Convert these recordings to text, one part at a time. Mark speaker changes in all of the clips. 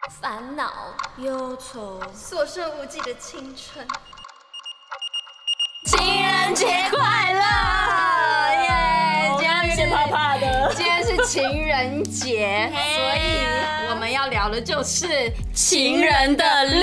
Speaker 1: 烦恼、忧愁、
Speaker 2: 所剩无几的青春。
Speaker 1: 情人节快乐！耶！今天是
Speaker 3: 怕怕的。
Speaker 1: 今天是情人节，所以我们要聊的就是情人的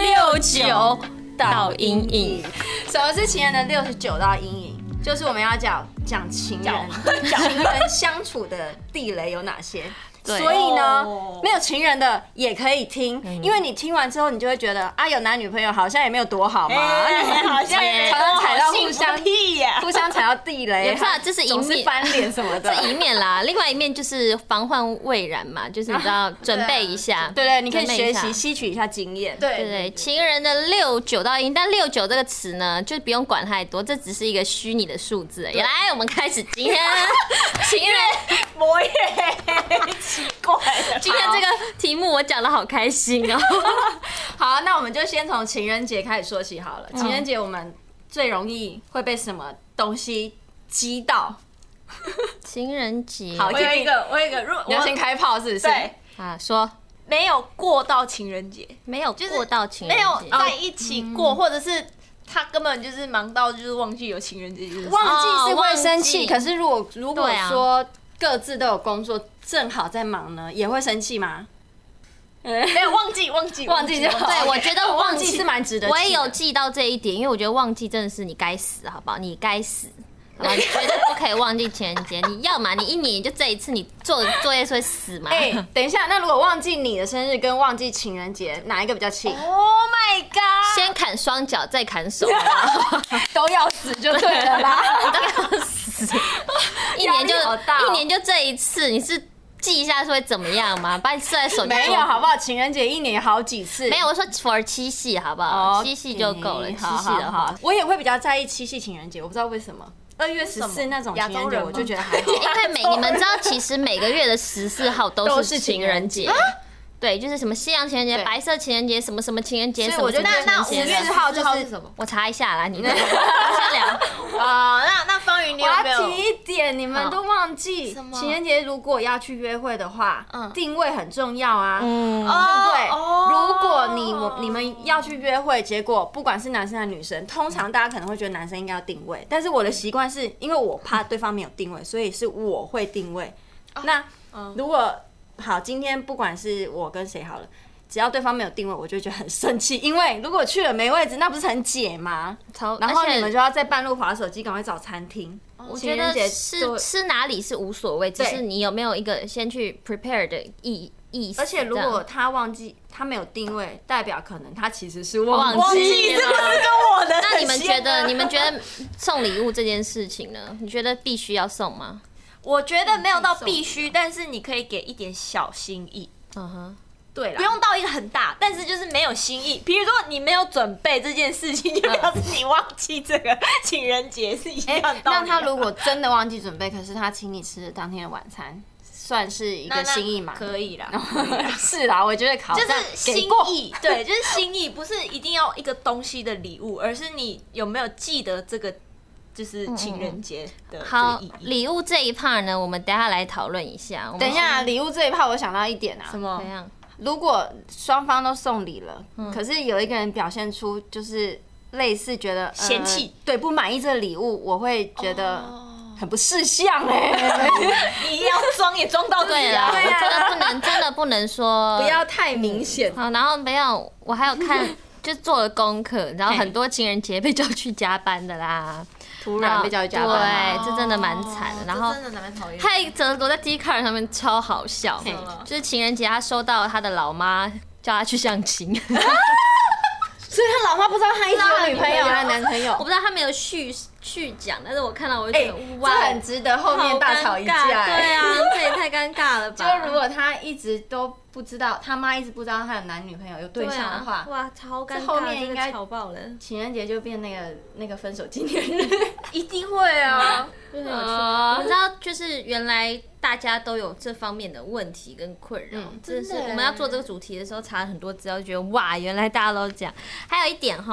Speaker 1: 69道阴影。什么是情人的69道阴影？就是我们要讲情人相处的地雷有哪些。所以呢，没有情人的也可以听，因为你听完之后，你就会觉得啊，有男女朋友好像也没有多好嘛，
Speaker 3: 好像也
Speaker 1: 常常踩到
Speaker 3: 互
Speaker 1: 相踩到地雷，
Speaker 4: 也不知道这是一面
Speaker 1: 翻脸什么的，
Speaker 4: 这一面啦。另外一面就是防患未然嘛，就是你知道准备一下，
Speaker 1: 对，你可以学习吸取一下经验，
Speaker 4: 对。情人的69道阴，但69这个词呢，就不用管太多，这只是一个虚拟的数字而已。来，我们开始今天情人
Speaker 3: 我也奇怪了。
Speaker 4: 今天这个题目我讲的好开心哦。
Speaker 1: 好，那我们就先从情人节开始说起好了。情人节我们最容易会被什么东西击到？
Speaker 4: 情人节，
Speaker 1: 好，
Speaker 3: 我有一个，
Speaker 1: 你要先开炮是不是？
Speaker 3: 对
Speaker 4: 啊，说
Speaker 3: 没有过到情人节，
Speaker 4: 没有过到情人
Speaker 3: 没
Speaker 4: 节，
Speaker 3: 有在一起过，或者是他根本就是忙到就是忘记有情人节，就是
Speaker 1: 忘记是会生气，
Speaker 4: 忘记
Speaker 1: 可是如果说各自都有工作，正好在忙呢，也会生气吗？
Speaker 3: 没有忘记
Speaker 1: 就好。
Speaker 4: 对，我觉得
Speaker 1: 忘记是蛮值得记的。
Speaker 4: 我也有记到这一点，因为我觉得忘记真的是你该死，好不好？你该死。好吧，你绝对不可以忘记情人节。你要嘛，你一年就这一次，你做作业是会死吗？
Speaker 1: 等一下，那如果忘记你的生日跟忘记情人节，哪一个比较气
Speaker 3: ？Oh my god！
Speaker 4: 先砍双脚，再砍手，
Speaker 1: 都要死就对了啦，
Speaker 4: 都要死。一年就这一次，你是记一下是会怎么样吗？把你设在手机
Speaker 1: 没有好不好？情人节一年好几次，
Speaker 4: 没有。我说 for 七夕好不好？七夕就够了。七夕的话，
Speaker 1: 我也会比较在意七夕情人节，我不知道为什么。2月14那种情人节，我就觉得还好，
Speaker 4: 因为你们知道，其实每个月的14号都是情人节。对，就是什么西洋情人节、白色情人节、什么什么情人节，什么。
Speaker 1: 我觉得那5月4号就是什么？
Speaker 4: 我查一下啦，你先聊。
Speaker 3: 那方云你有没有？
Speaker 1: 我要提一点，你们都忘记情人节如果要去约会的话，定位很重要啊，对不对？如果你们要去约会，结果不管是男生还是女生，通常大家可能会觉得男生应该要定位，但是我的习惯是因为我怕对方没有定位，所以是我会定位。那如果好，今天不管是我跟谁好了，只要对方没有定位，我就觉得很生气。因为如果去了没位置，那不是很解吗？然后你们就要在半路滑手机，赶快找餐厅。
Speaker 4: 我觉得是吃哪里是无所谓，只是你有没有一个先去 prepare 的意思。
Speaker 1: 而且如果他忘记他没有定位，代表可能他其实是忘记
Speaker 3: 了。是不是跟我的？
Speaker 4: 那你们觉得送礼物这件事情呢？你觉得必须要送吗？
Speaker 3: 我觉得没有到必须，但是你可以给一点小心意。
Speaker 1: 对啦，
Speaker 3: 不用到一个很大，但是就是没有心意。比如说你没有准备这件事情，就表示你忘记这个情人节是一样的道理。
Speaker 1: 那他如果真的忘记准备，可是他请你吃当天的晚餐，算是一个心意嘛？
Speaker 3: 可以啦，
Speaker 1: 是啦，我觉得
Speaker 3: 就是心意，对，就是心意，不是一定要一个东西的礼物，而是你有没有记得这个。就是情人节的这个意义。
Speaker 4: 好，礼物这一 part 呢，我们等一下来讨论一下。
Speaker 1: 等一下，礼物这一 part 我想到一点啊，
Speaker 3: 什么？
Speaker 4: 怎样？
Speaker 1: 如果双方都送礼了，可是有一个人表现出就是类似觉得
Speaker 3: 嫌弃，
Speaker 1: 对，不满意这个礼物，我会觉得很不识相
Speaker 3: 你要装也装到
Speaker 4: 对了，真的不能说，
Speaker 1: 不要太明显。
Speaker 4: 好，然后没有，我还有看，就做了功课，然后很多情人节被叫去加班的啦。
Speaker 1: 突然被叫去加班，
Speaker 4: 对，这真的蛮惨的。然后
Speaker 3: 真的蛮讨厌。
Speaker 4: 还有一则我在 Dcard 上面超好笑，就是情人节他收到他的老妈叫他去相亲，
Speaker 1: 所以他老妈不知道他一直有女朋友还有男朋友，
Speaker 4: 我不知道他没有续讲，但是我看到我就觉得哇，
Speaker 1: 这很值得后面大吵一架。
Speaker 4: 对啊，这也太尴尬了吧？
Speaker 1: 就如果他一直都不知道，他妈一直不知道他有男女朋友有对象的话，
Speaker 4: 哇，超尴尬，
Speaker 1: 后面应该
Speaker 4: 吵爆了。
Speaker 1: 情人节就变那个分手纪念日，
Speaker 3: 一定会啊。
Speaker 4: 就很有趣。我们知道，就是原来大家都有这方面的问题跟困扰。真的是我们要做这个主题的时候查了很多资料，就觉得哇，原来大家都这样。还有一点哈，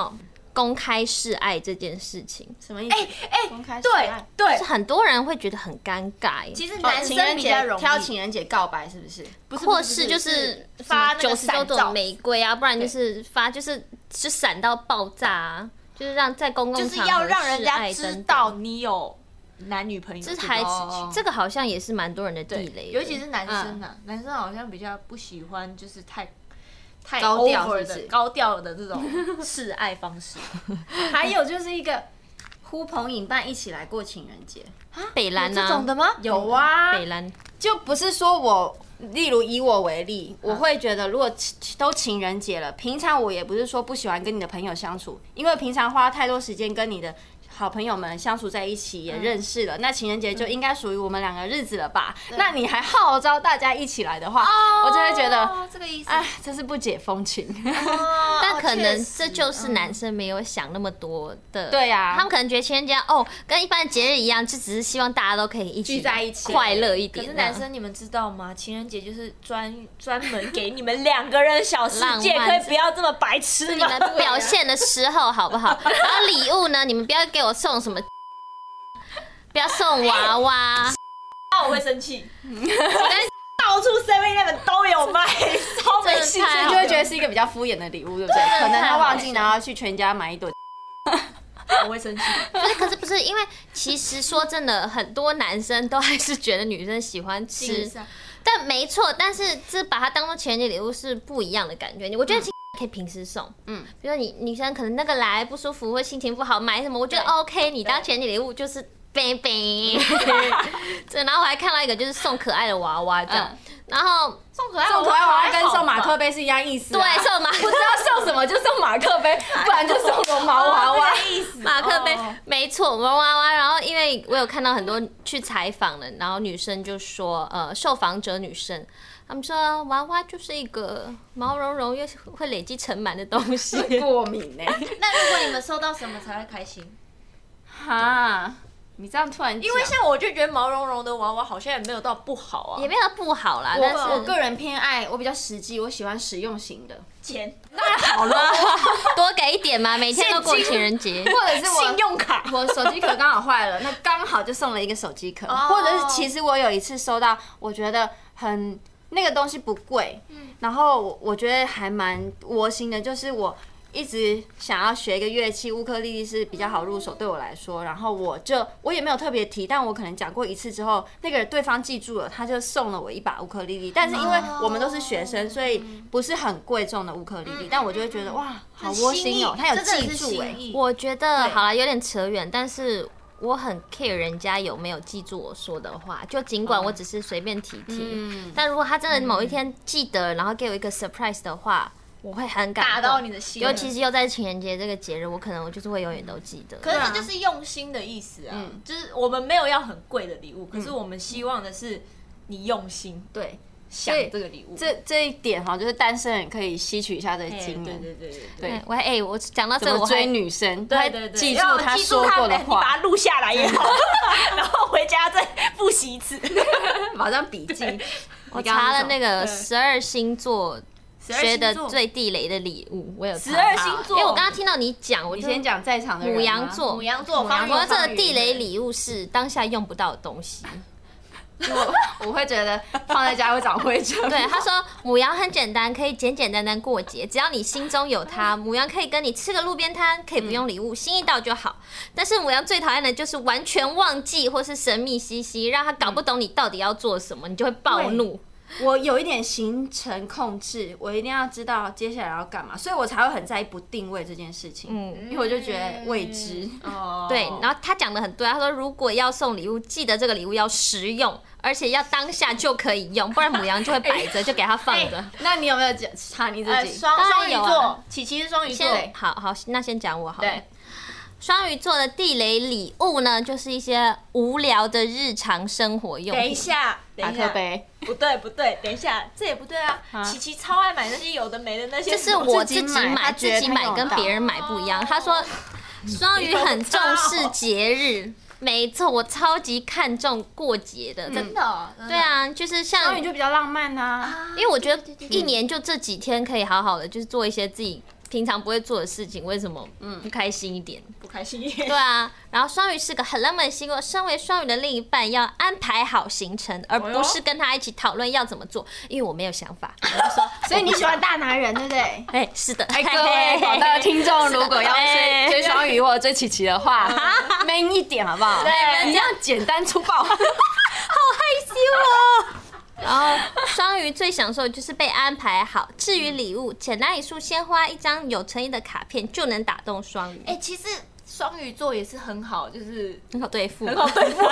Speaker 4: 公开示爱这件事情。
Speaker 1: 什么意思？公开示爱，
Speaker 3: 对，
Speaker 4: 是很多人会觉得很尴尬。
Speaker 3: 其实男生比较容易
Speaker 1: 挑情人节告白，是不是？
Speaker 4: 或是就是
Speaker 3: 发那个
Speaker 4: 90多朵玫瑰啊，不然就是发就闪到爆炸啊，就是让在公共场合
Speaker 3: 就是要让人家
Speaker 4: 示爱
Speaker 3: 知道你有男女朋友，
Speaker 4: 这个好像也是蛮多人的地雷，
Speaker 3: 尤其是男生啊，男生好像比较不喜欢就是太
Speaker 1: 高调
Speaker 3: over 的高调的这种示爱方式。
Speaker 1: 还有就是一个呼朋引伴一起来过情人节，
Speaker 4: 北兰
Speaker 3: 这种的吗？
Speaker 1: 有啊，
Speaker 4: 北兰
Speaker 1: 就不是说我。例如以我为例，我会觉得如果都情人节了，平常我也不是说不喜欢跟你的朋友相处，因为平常花太多时间跟你的好朋友们相处在一起，也认识了，那情人节就应该属于我们两个日子了吧？那你还号召大家一起来的话，我就会觉得
Speaker 3: 这个意思，
Speaker 1: 哎，真是不解风情。
Speaker 4: 但可能这就是男生没有想那么多的，
Speaker 1: 对呀，
Speaker 4: 他们可能觉得情人节跟一般的节日一样，就只是希望大家都可以一起
Speaker 1: 聚在一起，
Speaker 4: 快乐一点。
Speaker 3: 可是男生你们知道吗？情人节就是专门给你们2个人小世界，可以不要这么白痴吗？
Speaker 4: 你们表现的时候好不好？然后礼物呢，你们不要给我送什么。不要送娃娃，
Speaker 3: 那我会生气。到处 7-Eleven 都有卖，超没兴趣，
Speaker 1: 就会觉得是一个比较敷衍的礼物，对不对？可能他忘记，然后去全家买一朵。
Speaker 3: 我会生气。
Speaker 4: 可是不是，因为其实说真的，很多男生都还是觉得女生喜欢吃，但没错，但是这把它当做情人节礼物是不一样的感觉。我觉得可以平时送，比如说你女生可能那个来不舒服或心情不好买什么，我觉得 OK， 你当情人节礼物就是。baby， 然后我还看到一个就是送可爱的娃娃这样，然后
Speaker 3: 送可爱娃娃
Speaker 1: 跟送马克杯是一样意思，
Speaker 4: 对，送马克
Speaker 1: 不知道送什么就送马克杯，不然就送绒毛娃娃
Speaker 3: 意思。
Speaker 4: 马克杯没错，绒娃娃。然后因为我有看到很多去采访的，然后女生就说，受访者女生。他们说娃娃就是一个毛茸茸又会累积尘螨的东西，
Speaker 1: 过敏呢。
Speaker 3: 那如果你们收到什么才会开心？
Speaker 1: 哈。你这样突然，
Speaker 3: 因为像我就觉得毛茸茸的娃娃好像也没有到不好啊，
Speaker 4: 也没有到不好啦。但是
Speaker 1: 我个人偏爱，我比较实际，我喜欢实用型的。
Speaker 3: 钱
Speaker 1: 那好了，
Speaker 4: 多给一点嘛，每天都过情人节，
Speaker 1: 或者是
Speaker 3: 信用卡，
Speaker 1: 我手机壳刚好坏了，那刚好就送了一个手机壳，或者是其实我有一次收到，我觉得很那个东西不贵，然后我觉得还蛮窝心的，就是我。一直想要学一个乐器，乌克丽丽是比较好入手对我来说。然后我也没有特别提，但我可能讲过一次之后，那个对方记住了，他就送了我一把乌克丽丽。但是因为我们都是学生，所以不是很贵重的乌克丽丽，但我就会觉得哇，好窝心哦，他有记住哎。
Speaker 4: 我觉得好了，有点扯远，但是我很 care 人家有没有记住我说的话，就尽管我只是随便提提，但如果他真的某一天记得，然后给我一个 surprise 的话。我会很感动，
Speaker 3: 打到你的心，
Speaker 4: 尤其是又在情人节这个节日，我就是会永远都记得。
Speaker 3: 可是这就是用心的意思啊，就是我们没有要很贵的礼物，可是我们希望的是你用心，
Speaker 1: 对，
Speaker 3: 想这个礼物。
Speaker 1: 这一点哈，就是单身人可以吸取一下这个经验。
Speaker 4: 对。我讲到这，
Speaker 1: 我追女生，
Speaker 3: 对，
Speaker 1: 记住他说过的话，
Speaker 3: 你把它录下来也好，然后回家再复习一次，
Speaker 1: 马上笔记。
Speaker 4: 我查了那个12星座。学的最地雷的礼物，我有查
Speaker 3: 12星座，
Speaker 4: 因为我刚刚听到你讲，
Speaker 1: 你先讲在场的人。
Speaker 4: 牡羊座，
Speaker 3: 我
Speaker 4: 这个地雷礼物是当下用不到的东西。
Speaker 1: 我会觉得放在家会长灰尘。
Speaker 4: 对，他说牡羊很简单，可以简简单单过节，只要你心中有它，牡羊可以跟你吃个路边摊，可以不用礼物，心意到就好。但是牡羊最讨厌的就是完全忘记或是神秘兮兮，让他搞不懂你到底要做什么，你就会暴怒。
Speaker 1: 我有一点行程控制，我一定要知道接下来要干嘛，所以我才会很在意不定位这件事情。因为我就觉得未知。
Speaker 4: 对，然后他讲的很对，他说如果要送礼物，记得这个礼物要实用，而且要当下就可以用，不然牡羊就会摆着，就给他放着。
Speaker 1: 那你有没有查你自己？
Speaker 3: 双鱼座，琪琪是双鱼座。
Speaker 4: 好，那先讲我好了。双鱼座的地雷礼物呢，就是一些无聊的日常生活用品。
Speaker 3: 等一下，
Speaker 1: 马克杯。
Speaker 3: 不对，等一下，这也不对啊！琪琪超爱买那些有的没的那些。
Speaker 4: 这是我自己买跟别人买不一样。他说，双鱼很重视节日。没错，我超级看重过节的，
Speaker 3: 真的。
Speaker 4: 对啊，就是像
Speaker 1: 双鱼就比较浪漫啊，
Speaker 4: 因为我觉得一年就这几天可以好好的，就是做一些自己平常不会做的事情，为什么不开心一点？
Speaker 3: 不开心一点。
Speaker 4: 对啊，然后双鱼是个很浪漫的星座，身为双鱼的另一半要安排好行程，而不是跟他一起讨论要怎么做，因为我没有想法。
Speaker 1: 所以你喜欢大男人，对不对？
Speaker 4: 哎，是的。
Speaker 1: 各位广大的听众，如果要追双鱼或者追琪琪的话，man 一点好不好？对，你这样简单粗暴，好害
Speaker 4: 羞哦。然后双鱼最享受的就是被安排好，至于礼物，简单礼数，鲜花，一张有诚意的卡片就能打动双鱼。
Speaker 3: 其实双鱼座也是很好，就是
Speaker 4: 很好对付，
Speaker 3: 很好对付。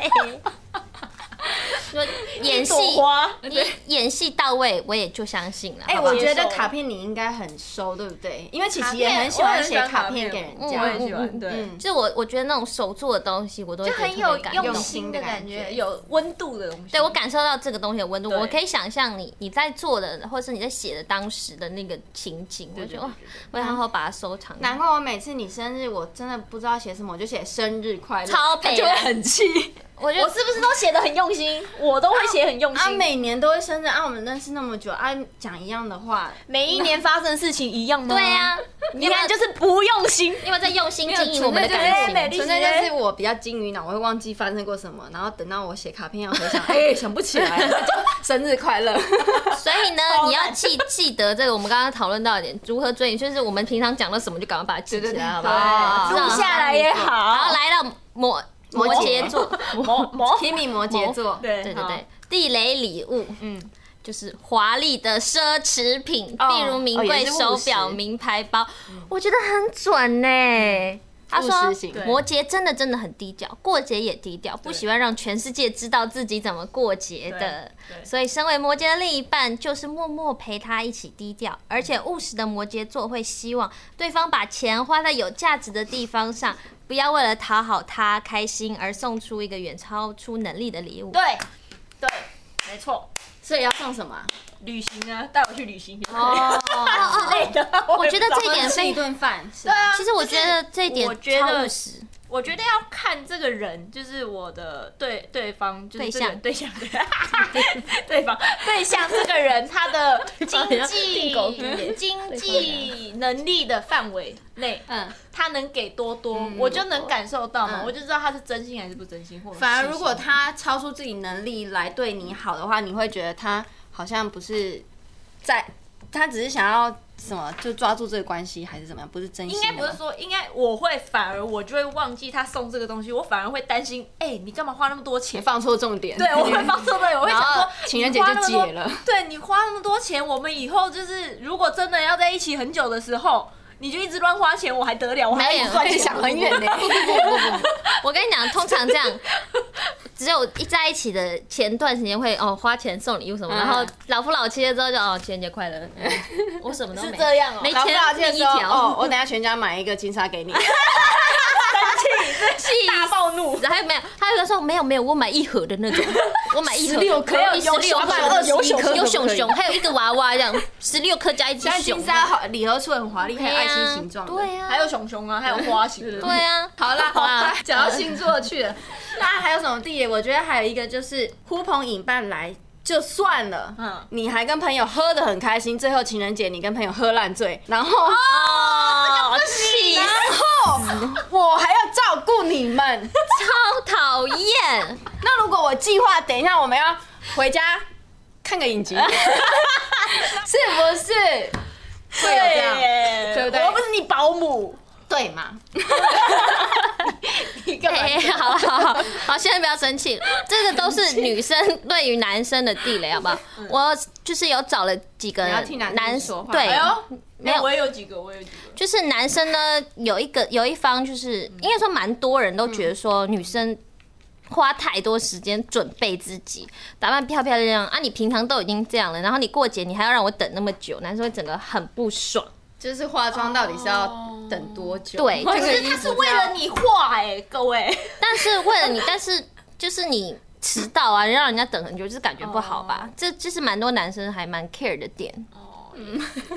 Speaker 4: 演戏，你演戏到位，我也就相信了。
Speaker 1: 我觉得卡片你应该很收，对不对？因为琪琪也很喜欢写卡片给人家，
Speaker 3: 我也喜欢。对，
Speaker 4: 就是我觉得那种手做的东西，我都会觉得
Speaker 3: 很有用心的感觉，有温度的东西。
Speaker 4: 对，我感受到这个东西的温度，我可以想象你在做的，或是你在写的当时的那个情景，我觉得我要好好把它收藏。
Speaker 1: 难怪我每次你生日，我真的不知道写什么，我就写生日快乐，
Speaker 4: 超北
Speaker 1: 就会很气。
Speaker 3: 我是不是都写得很用心？我都会写很用心。
Speaker 1: 每年都会生日我们认识那么久讲一样的话，
Speaker 3: 每一年发生的事情一样吗？
Speaker 4: 对啊，
Speaker 3: 你看就是不用心，
Speaker 4: 因为在用心经营我们的感情。
Speaker 1: 纯粹就是我比较金鱼脑，我会忘记发生过什么，然后等到我写卡片要回想，想不起来，就生日快乐。
Speaker 4: 所以呢，你要记得这个我们刚刚讨论到一点，如何追你，就是我们平常讲了什么就赶快把它记起来，好不好？
Speaker 3: 录下来也好。
Speaker 4: 然后来到摩羯座
Speaker 1: ，Kimi 摩羯座，
Speaker 4: 对，地雷礼物，就是华丽的奢侈品，例如名贵手表、名牌包，我觉得很准呢。他说摩羯真的很低调，过节也低调，不喜欢让全世界知道自己怎么过节的。所以身为摩羯的另一半，就是默默陪他一起低调，而且务实的摩羯座会希望对方把钱花在有价值的地方上，不要为了讨好他开心而送出一个远超出能力的礼物。
Speaker 3: 对，没错。
Speaker 1: 所以要送什么？
Speaker 3: 旅行啊，带我去旅行之类的。
Speaker 4: 我觉得这一点
Speaker 1: 吃一顿饭。
Speaker 3: 对啊，
Speaker 4: 其实我觉得这一点超务实。
Speaker 3: 我觉得要看这个人，就是我的对方，就是这个对象这个人他的经济能力的范围内，他能给多，我就能感受到嘛，我就知道他是真心还是不真心。
Speaker 1: 反而如果他超出自己能力来对你好的话，你会觉得他好像不是他只是想要什么就抓住这个关系还是怎么样，不是真心的。
Speaker 3: 应该不是说，我会反而我就会忘记他送这个东西，我反而会担心，你干嘛花那么多钱？
Speaker 1: 放错重点。
Speaker 3: 对，我会放错重点，我会想说，
Speaker 1: 情人节就解了。
Speaker 3: 对，你花那么多钱，我们以后就是如果真的要在一起很久的时候，你就一直乱花钱，我还得了？我还赚钱，
Speaker 1: 想很远呢。
Speaker 4: 不，我跟你讲，通常这样，只有一在一起的前段时间会花钱送礼物什么，然后老夫老妻了之后就情人节快乐，我什么都没。
Speaker 3: 是这样
Speaker 4: 没
Speaker 1: 钱
Speaker 4: 一条。
Speaker 1: 我等下全家买一个金沙给你。
Speaker 3: 气大暴怒，
Speaker 4: 还有没有？还有的时候没有，我买一盒的那种，我买一盒
Speaker 1: 16颗，
Speaker 4: 有熊熊，还有一个娃娃这样，16颗加一只熊。
Speaker 1: 金沙礼盒处很华丽，还有爱心形状的，
Speaker 4: 对啊，
Speaker 3: 还有熊熊啊，还有花型的，
Speaker 4: 对啊。
Speaker 1: 好啦，讲到星座去了，那还有什么地雷？我觉得还有一个就是呼朋引伴来。就算了，你还跟朋友喝得很开心，最后情人节你跟朋友喝烂醉，然后
Speaker 4: 气，
Speaker 1: 然后我还要照顾你们，
Speaker 4: 超讨厌。
Speaker 1: 那如果我计划等一下我们要回家看个影集，是不是会有这样？对不对？
Speaker 3: 我不是你保姆。
Speaker 1: 对嘛？
Speaker 3: 你干嘛？
Speaker 4: 好，现在不要生气了。这个都是女生对于男生的地雷，好不好？我就是有找了几个
Speaker 1: 男说话，
Speaker 4: 对，
Speaker 3: 没有，我也有几个，
Speaker 4: 就是男生呢，有一方就是应该说蛮多人都觉得说女生花太多时间准备自己，打扮漂漂亮亮啊，你平常都已经这样了，然后你过节你还要让我等那么久，男生会整个很不爽。
Speaker 1: 就是化妆到底是要等多久？
Speaker 4: 对，
Speaker 3: 可是他是为了你化各位。
Speaker 4: 但是为了你，但是就是你迟到啊，让人家等很久，就是感觉不好吧？这就是蛮多男生还蛮 care 的点。
Speaker 3: 还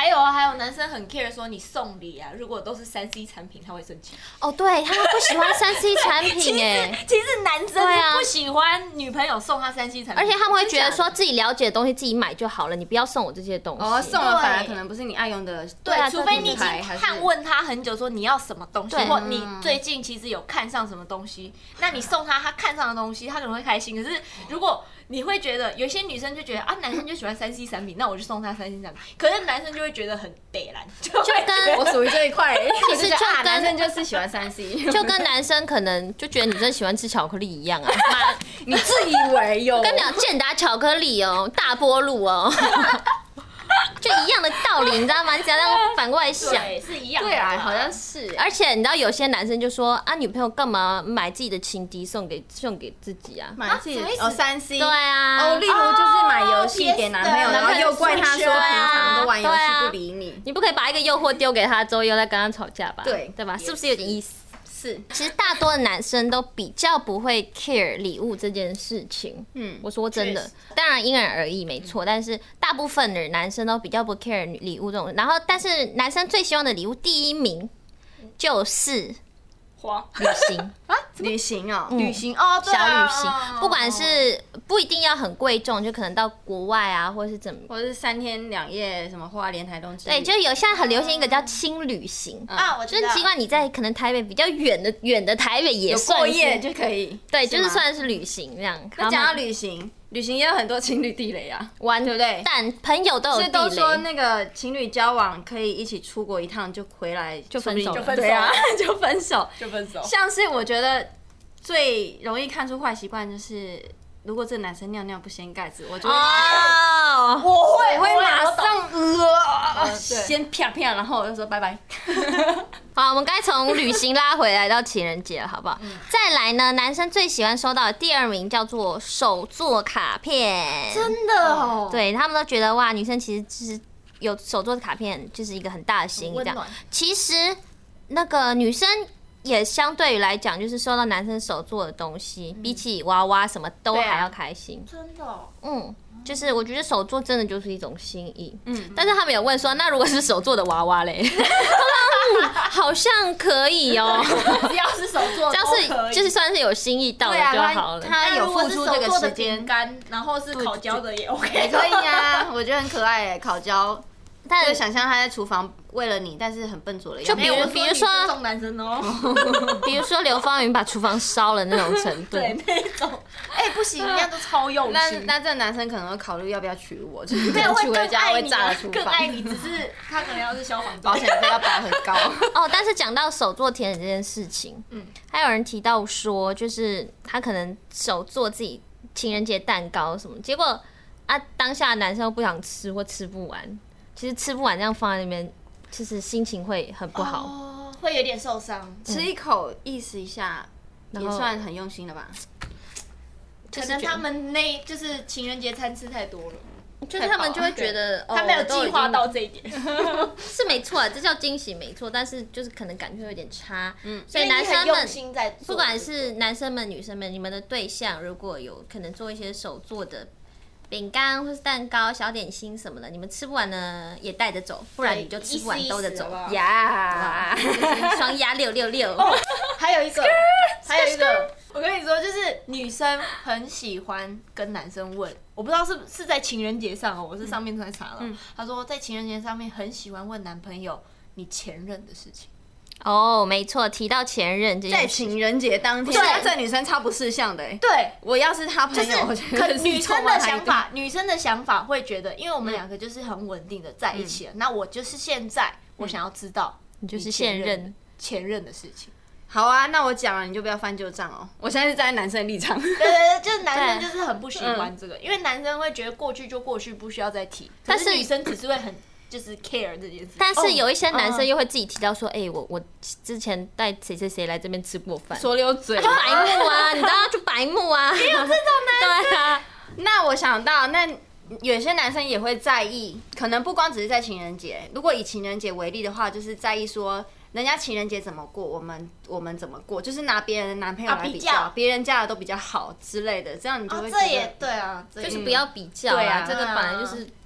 Speaker 3: 还有男生很 care 说你送礼啊，如果都是3C 产品，他会生气。
Speaker 4: 哦，对，他们不喜欢3C 产品哎。
Speaker 3: 其实男生不喜欢女朋友送他3C 产品，
Speaker 4: 而且他们会觉得说自己了解的东西自己买就好了，你不要送我这些东西。
Speaker 1: 送了反而可能不是你爱用的。
Speaker 3: 对，除非你已经探问他很久，说你要什么东西，或你最近其实有看上什么东西，那你送他看上的东西，他可能会开心。可是如果你会觉得有些女生就觉得啊，男生就喜欢3C 产品，那我就送他3C 产品。可是男生就会觉得很北蓝，就
Speaker 1: 跟我属于这一块，其实就男生就是喜欢3C，
Speaker 4: 就跟男生可能就觉得女生喜欢吃巧克力一样啊。
Speaker 1: 你自以为有？
Speaker 4: 跟你讲，健达巧克力哦，大波路哦。就一样的道理，你知道吗？你只要这样反过来想，
Speaker 3: 是一样的。
Speaker 1: 对啊，好像是。
Speaker 4: 而且你知道有些男生就说啊，女朋友干嘛买自己的情敌送给自己啊？
Speaker 1: 买自己的3C。
Speaker 4: 对啊。
Speaker 1: 例如就是买游戏给男朋友，然后又怪他说平常都玩游戏不理你。
Speaker 4: 你不可以把一个诱惑丢给他之后又在跟他吵架吧？
Speaker 1: 对
Speaker 4: 吧？是不是有点意思？
Speaker 1: 是，
Speaker 4: 其实大多的男生都比较不会 care 礼物这件事情。我说真的，当然因人而异，没错。但是大部分的男生都比较不 care 礼物这种。然后，但是男生最希望的礼物第1名就是旅行
Speaker 1: 啊，旅行哦，
Speaker 3: 旅行哦，
Speaker 4: 小旅行，不管是不一定要很贵重，就可能到国外啊，或者是
Speaker 1: 或者是3天2夜什么花莲台东之类。
Speaker 4: 对，就有现在很流行一个叫轻旅行
Speaker 3: 啊，我知道。
Speaker 4: 就是尽管你在可能台北比较远的台北也算
Speaker 1: 过夜就可以，
Speaker 4: 对，就是算是旅行这样。
Speaker 1: 那讲到旅行也有很多情侣地雷啊，对不对？
Speaker 4: 但朋友都有地雷，
Speaker 1: 都说那个情侣交往可以一起出国一趟，就回来
Speaker 4: 就分手，
Speaker 1: 对啊，就分手。
Speaker 3: 像
Speaker 1: 是我觉得最容易看出坏习惯就是，如果这个男生尿尿不掀盖子，我就会我会马上先啪啪，然后我就说拜拜。
Speaker 4: 好，我们该从旅行拉回来到情人节了，好不好？再来呢，男生最喜欢收到的第2名叫做手作卡片，
Speaker 3: 真的哦，
Speaker 4: 对他们都觉得哇，女生其实就是有手作的卡片，就是一个很大的心意这样。其实那个女生也相对于来讲，就是收到男生手做的东西，比起娃娃什么都还要开心。
Speaker 3: 真的，
Speaker 4: 就是我觉得手做真的就是一种心意。但是他们有问说，那如果是手做的娃娃嘞？好像可以哦，
Speaker 3: 只要是手做，
Speaker 4: 这样是就是算是有心意到了就好了。
Speaker 1: 他有付出这个时间，
Speaker 3: 然后是烤焦的也 OK，
Speaker 1: 也可以啊，我觉得很可爱哎，烤焦。就想象他在厨房为了你，但是很笨拙的样子。
Speaker 4: 就比如说
Speaker 3: 送男生哦，
Speaker 4: 比如说刘芳云把厨房烧了那种程度，
Speaker 3: 对那种，不行，人家都超用心。
Speaker 1: 那这个男生可能会考虑要不要娶我，就是娶回家会炸了厨房，
Speaker 3: 更爱你，只是他可能要是消防
Speaker 1: 保险费要保很高。
Speaker 4: 但是讲到手做甜点这件事情，还有人提到说，就是他可能手做自己情人节蛋糕什么，结果当下男生又不想吃或吃不完。其实吃不完这样放在那边，其实心情会很不好，
Speaker 3: 会有点受伤。
Speaker 1: 吃一口意思一下，也算很用心了吧？
Speaker 3: 可能他们就是情人节餐吃太多了，
Speaker 4: 就是他们就会觉得
Speaker 3: 他没有计划到这一点，
Speaker 4: 是没错，这叫惊喜没错，但是就是可能感觉有点差。所以男生们不管是男生们女生们，你们的对象如果有可能做一些手做的饼干或是蛋糕、小点心什么的，你们吃不完呢也带着走，不然你就吃不完兜着走
Speaker 1: 呀。
Speaker 4: 双压666。
Speaker 3: 还有一个，我跟你说，就是女生很喜欢跟男生问，我不知道是在情人节上我是上面在查了。他说在情人节上面很喜欢问男朋友你前任的事情。
Speaker 4: 没错，提到前任这件事，
Speaker 1: 在情人节当天，这女生超不识相的。
Speaker 3: 对，
Speaker 1: 我要是他朋友，我觉得
Speaker 3: 女生的想法会觉得，因为我们两个就是很稳定的在一起了，那我就是现在我想要知道
Speaker 4: 你就是前
Speaker 3: 任的事情。
Speaker 1: 好啊，那我讲了你就不要翻旧账哦。我现在是站在男生的立场。
Speaker 3: 对，就是男生就是很不喜欢这个，因为男生会觉得过去就过去，不需要再提。但是女生只是会很。就是 care 这件事，
Speaker 4: 但是有一些男生又会自己提到说，我之前带谁来这边吃过饭，
Speaker 1: 说溜嘴，
Speaker 4: 就白目啊，你知道就白目啊，
Speaker 3: 也有这种男生。
Speaker 4: 对啊，
Speaker 1: 那我想到，那有些男生也会在意，可能不光只是在情人节，如果以情人节为例的话，就是在意说人家情人节怎么过，我们怎么过，就是拿别人的男朋友来比较，别人家的都比较好之类的，这样你就会觉得
Speaker 3: 这也对啊，
Speaker 4: 就是不要比较啊，这个本来就是。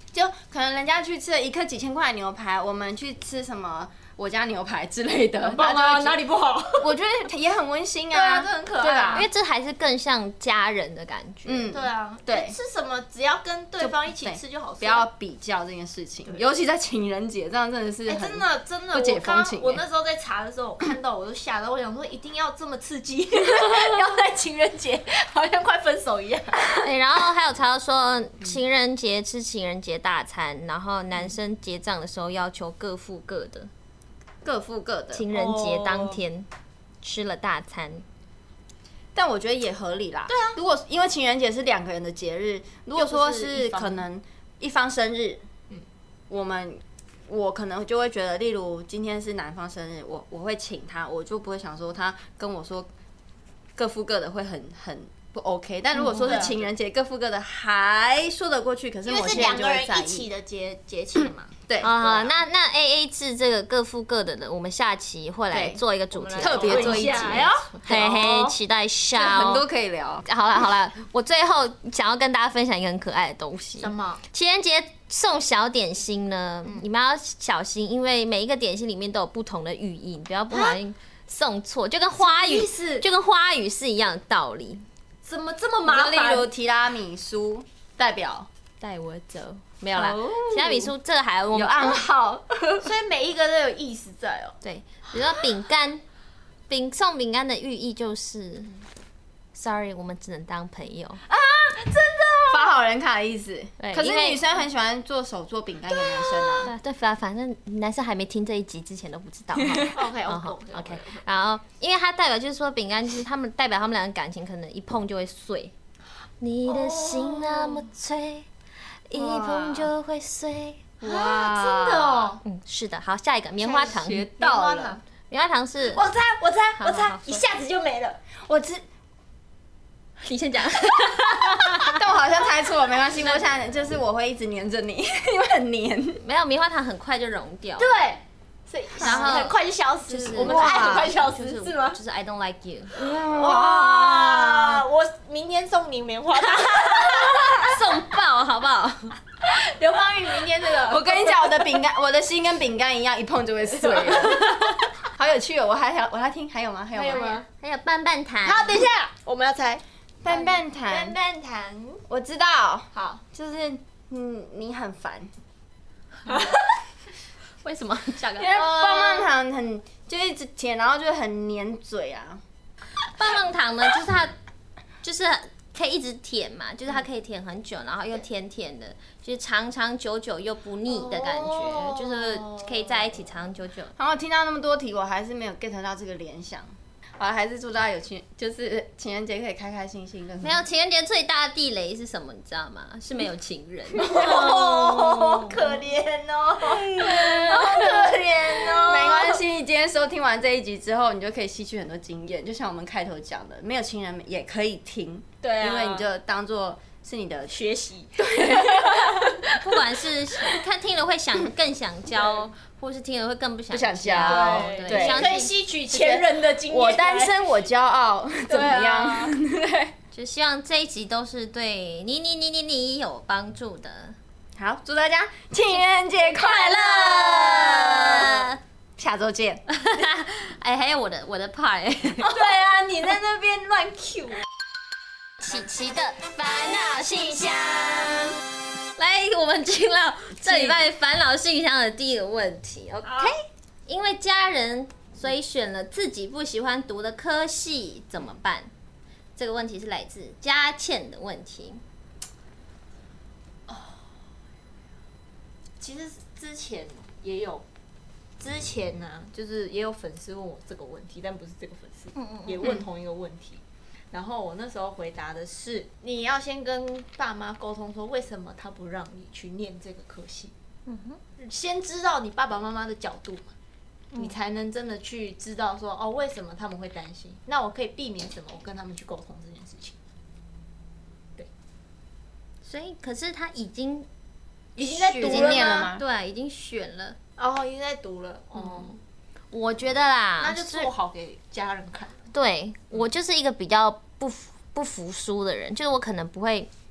Speaker 1: 就可能人家去吃了一客几千块的牛排，我们去吃什么我家牛排之类的，
Speaker 3: 哪里不好？
Speaker 1: 我觉得也很温馨啊，
Speaker 3: 对啊，这很可爱，
Speaker 1: 对吧？
Speaker 4: 因为这还是更像家人的感觉。
Speaker 3: 对啊，对，吃什么只要跟对方一起吃就好，
Speaker 1: 不要比较这件事情，尤其在情人节，这样真的是
Speaker 3: 真的
Speaker 1: 不解风情。
Speaker 3: 我那时候在查的时候，我看到我都吓到，我想说一定要这么刺激，要在情人节好像快分手一样。
Speaker 4: 然后还有查到说，情人节吃情人节大餐，然后男生结账的时候要求各付各的。
Speaker 1: 各付各的，
Speaker 4: 情人节当天吃了大餐，
Speaker 1: 但我觉得也合理啦。
Speaker 3: 对啊，
Speaker 1: 如果因为情人节是2个人的节日，如果说是可能一方生日，我可能就会觉得，例如今天是男方生日，我会请他，我就不会想说他跟我说各付各的会很不 OK。但如果说是情人节各付各的，还说得过去。可是某些人就会在意，
Speaker 3: 因为是2个人一起的节气嘛。
Speaker 1: 对
Speaker 4: 啊，那 AA 制这个各付各的，我们下期会来做一个主题，
Speaker 1: 特别做一集，
Speaker 4: 嘿嘿，期待一下
Speaker 1: 很多可以聊。
Speaker 4: 好了，我最后想要跟大家分享一个很可爱的东西。
Speaker 3: 什么？
Speaker 4: 情人节送小点心呢，你们要小心，因为每一个点心里面都有不同的寓意，不要不小心送错，就跟花语是一样的道理。
Speaker 3: 怎么这么麻烦？
Speaker 1: 例如提拉米苏代表
Speaker 4: 带我走。没有啦，提拉米苏这个还
Speaker 1: 有暗号，
Speaker 3: 所以每一个都有意思在哦。
Speaker 4: 对，比如说饼干，送饼干的寓意就是，sorry， 我们只能当朋友啊，
Speaker 3: 真的
Speaker 1: 发好人卡的意思。可是女生很喜欢做手做饼干给男生啊。
Speaker 4: 对，反正男生还没听这一集之前都不知道。
Speaker 3: OK，
Speaker 4: 然后因为它代表就是说饼干就是代表他们俩的感情可能一碰就会碎。你的心那么脆。一碰就会碎，
Speaker 3: 哇，真的哦，
Speaker 4: 是的。好，下一个棉花糖，
Speaker 1: 学到了。
Speaker 4: 棉花糖是，
Speaker 3: 我猜，一下子就没了。
Speaker 4: 你先讲。
Speaker 1: 但我好像猜错了，没关系，我想就是我会一直黏着你，因为很黏。
Speaker 4: 没有，棉花糖很快就融掉。
Speaker 3: 对。所以然后很快就消失，我们的爱很快消失，是吗？
Speaker 4: 就是 I don't like you。
Speaker 3: 哇！我明天送你棉花糖，
Speaker 4: 送爆好不好？
Speaker 3: 刘芳玉明天这个，
Speaker 1: 我跟你讲，我的心跟饼干一样，一碰就会碎。好有趣哦！我还听，还有吗？
Speaker 4: 还有棒棒糖。
Speaker 3: 好，等一下，我们要猜
Speaker 1: 棒棒糖。我知道。
Speaker 3: 好，
Speaker 1: 就是你很烦。
Speaker 4: 为什么？
Speaker 1: 因为棒棒糖就一直舔，然后就很黏嘴啊。
Speaker 4: 棒棒糖呢，就是它就是可以一直舔嘛，就是它可以舔很久，然后又甜甜的，就是长长久久又不腻的感觉，就是可以在一起长长久久。
Speaker 1: 然后听到那么多题，我还是没有 get 到这个联想。还是祝大家就是情人节可以开开心心的。
Speaker 4: 没有，情人节最大的地雷是什么？你知道吗？是没有情人。
Speaker 3: 好可怜哦，好可怜哦。
Speaker 1: 没关系，你今天收听完这一集之后，你就可以吸取很多经验。就像我们开头讲的，没有情人也可以听，
Speaker 3: 对啊，
Speaker 1: 因为你就当做是你的
Speaker 3: 学习。
Speaker 1: 对，
Speaker 4: 不管是听了会更想交。或是听了会更不想交，
Speaker 3: 对，可以吸取前人的经验。
Speaker 1: 我单身，我骄傲，怎么样？
Speaker 4: 对，就希望这一集都是对你有帮助的。
Speaker 1: 好，祝大家情人节快乐，下周见。
Speaker 4: 哎，还有我的 part。
Speaker 3: 对啊，你在那边乱 Q。
Speaker 4: 琪琪的烦恼信箱。来，我们进到这礼拜烦恼信箱的第一个问题 ，OK？因为家人，所以选了自己不喜欢读的科系，怎么办？这个问题是来自佳倩的问题。
Speaker 3: 其实之前呢，就是也有粉丝问我这个问题，但不是这个粉丝，也问同一个问题。然后我那时候回答的是，你要先跟爸妈沟通说，为什么他不让你去念这个科系，先知道你爸爸妈妈的角度嘛，你才能真的去知道说，哦，为什么他们会担心，那我可以避免什么，我跟他们去沟通这件事情。对，
Speaker 4: 所以可是他已经
Speaker 3: 在读了
Speaker 4: 吗？对，已经选了。
Speaker 3: 哦，已经在读了。哦，
Speaker 4: 我觉得啦，
Speaker 3: 那就做好给家人看。
Speaker 4: 对，我就是一个比较不服输的人，就是我可能不会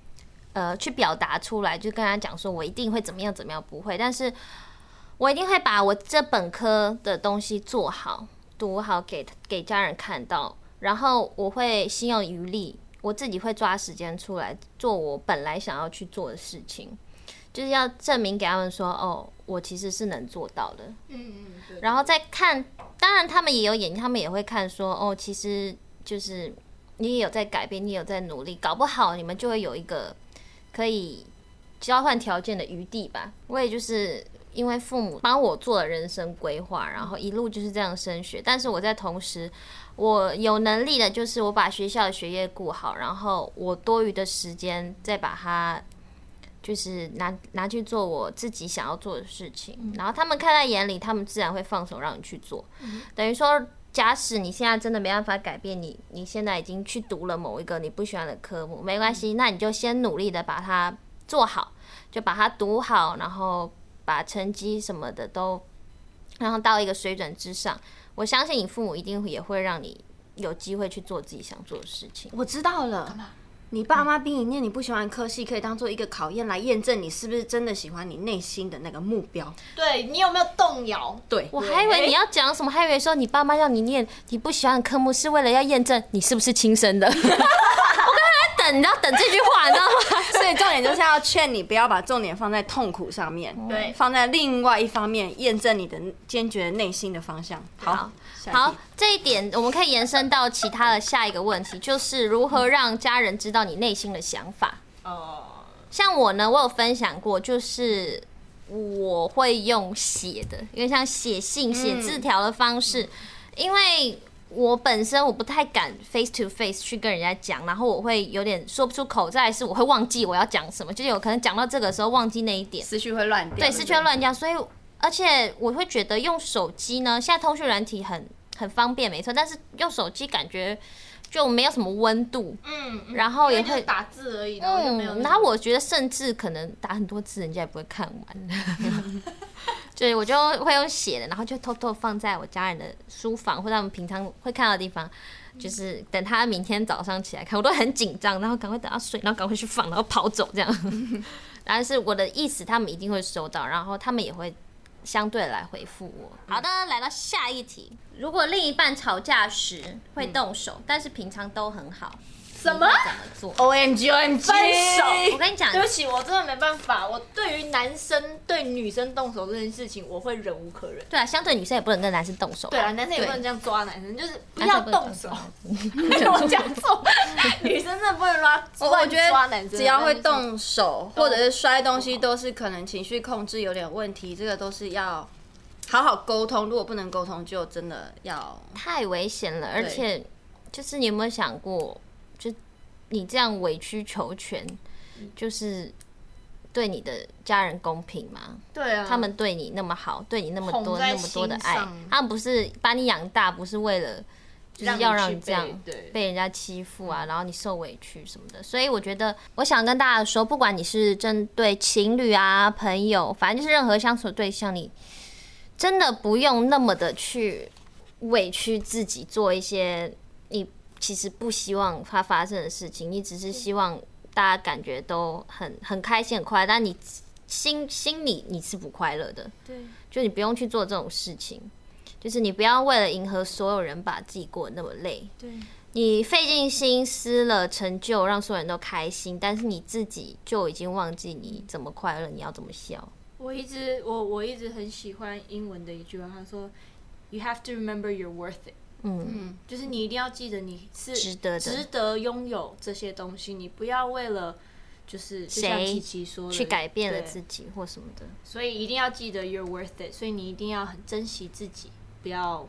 Speaker 4: 去表达出来，就跟他讲说我一定会怎么样怎么样，不会，但是我一定会把我这本科的东西做好读好，给家人看到，然后我会心有余力，我自己会抓时间出来做我本来想要去做的事情，就是要证明给他们说，哦，我其实是能做到的。对。然后再看，当然他们也有眼睛，他们也会看说，哦，其实就是你也有在改变，你也有在努力，搞不好你们就会有一个可以交换条件的余地吧。我也就是因为父母帮我做了人生规划，然后一路就是这样升学，但是我在同时，我有能力的就是我把学校的学业顾好，然后我多余的时间再把它就是拿去做我自己想要做的事情，然后他们看在眼里，他们自然会放手让你去做。等于说，假使你现在真的没办法改变你现在已经去读了某一个你不喜欢的科目，没关系，那你就先努力的把它做好，就把它读好，然后把成绩什么的都然后到一个水准之上。我相信你父母一定也会让你有机会去做自己想做的事情。
Speaker 1: 我知道了，你爸妈逼你念你不喜欢的科系，可以当做一个考验来验证你是不是真的喜欢你内心的那个目标。
Speaker 3: 对，你有没有动摇？
Speaker 1: 对，
Speaker 4: 我还以为你要讲什么，还以为说你爸妈让你念你不喜欢的科目是为了要验证你是不是亲生的。我刚才在等，你知道等这句话，你知道吗？
Speaker 1: 所以重点就是要劝你不要把重点放在痛苦上面，
Speaker 3: 对，
Speaker 1: 放在另外一方面验证你的坚决内心的方向。
Speaker 4: 好，这一点我们可以延伸到其他的下一个问题，就是如何让家人知道你内心的想法。像我呢，我有分享过，就是我会用写的，因为像写信、写字条的方式，因为我本身我不太敢 face to face 去跟人家讲，然后我会有点说不出口，再来是我会忘记我要讲什么，就是有可能讲到这个时候忘记那一点，
Speaker 1: 思绪会乱掉。
Speaker 4: 对，思绪会乱掉，所以而且我会觉得用手机呢，现在通讯软体很方便，没错，但是用手机感觉就没有什么温度，然后也会
Speaker 3: 打字而已，然后就没有。
Speaker 4: 然后我觉得甚至可能打很多字，人家也不会看完。对，我就会用写的，然后就偷偷放在我家人的书房或者他们平常会看到的地方，就是等他明天早上起来看，我都很紧张，然后赶快等他睡，然后赶快去放，然后跑走这样。但是我的意思他们一定会收到，然后他们也会相对来回复我。好的，来到下一题，如果另一半吵架时会动手，但是平常都很好，
Speaker 3: 什么？
Speaker 4: 怎么做
Speaker 1: ？OMG，
Speaker 3: 分手！
Speaker 4: 我跟你讲，
Speaker 3: 对不起，我真的没办法。我对于男生对女生动手这件事情，我会忍无可忍。
Speaker 4: 对啊，相对女生也不能跟男生动手。
Speaker 3: 对啊，男生也不能这样抓男生，就是不要动手。我讲错，女生真的不能乱抓男生。
Speaker 1: 只要会动手或者是摔东西，都是可能情绪控制有点问题，这个都是要好好沟通。如果不能沟通，就真的要
Speaker 4: 太危险了。而且，就是你有没有想过？就你这样委曲求全，就是对你的家人公平吗？
Speaker 3: 对啊，
Speaker 4: 他们对你那么好，对你那么多的爱，他们不是把你养大，不是为了就是要让你这样被人家欺负啊，然后你受委屈什么的。所以我觉得，我想跟大家说，不管你是针对情侣啊、朋友，反正就是任何相处的对象，你真的不用那么的去委屈自己，做一些你其实不希望它发生的事情，你只是希望大家感觉都很开心很快乐，但你心里你是不快乐的。
Speaker 3: 对，
Speaker 4: 就你不用去做这种事情，就是你不要为了迎合所有人把自己过得那么累。
Speaker 3: 对，
Speaker 4: 你费尽心思了，成就让所有人都开心，但是你自己就已经忘记你怎么快乐，你要怎么笑。
Speaker 3: 我一直很喜欢英文的一句话，他说 "You have to remember you're worth it." 就是你一定要记得你是值得拥有这些东西，你不要为了就是就像琪琪说的
Speaker 4: 去改变了自己或什么的，
Speaker 3: 所以一定要记得 you're worth it， 所以你一定要很珍惜自己，不要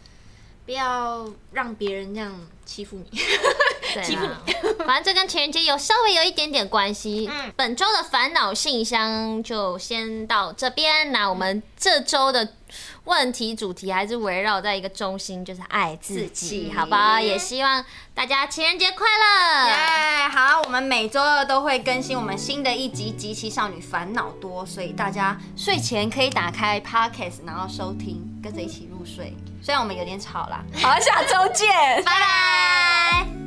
Speaker 3: 让别人这样欺负你。欺负你，
Speaker 4: 反正这跟情人节稍微有一点点关系。本周的烦恼信箱就先到这边。那我们这周的问题主题还是围绕在一个中心，就是爱自己，好不好？也希望大家情人节快乐！
Speaker 1: 好，我们每周二都会更新我们新的一集《极其少女烦恼多》，所以大家睡前可以打开 Podcast， 然后收听，跟着一起入睡。虽然我们有点吵啦，好，下周见，
Speaker 4: 拜拜。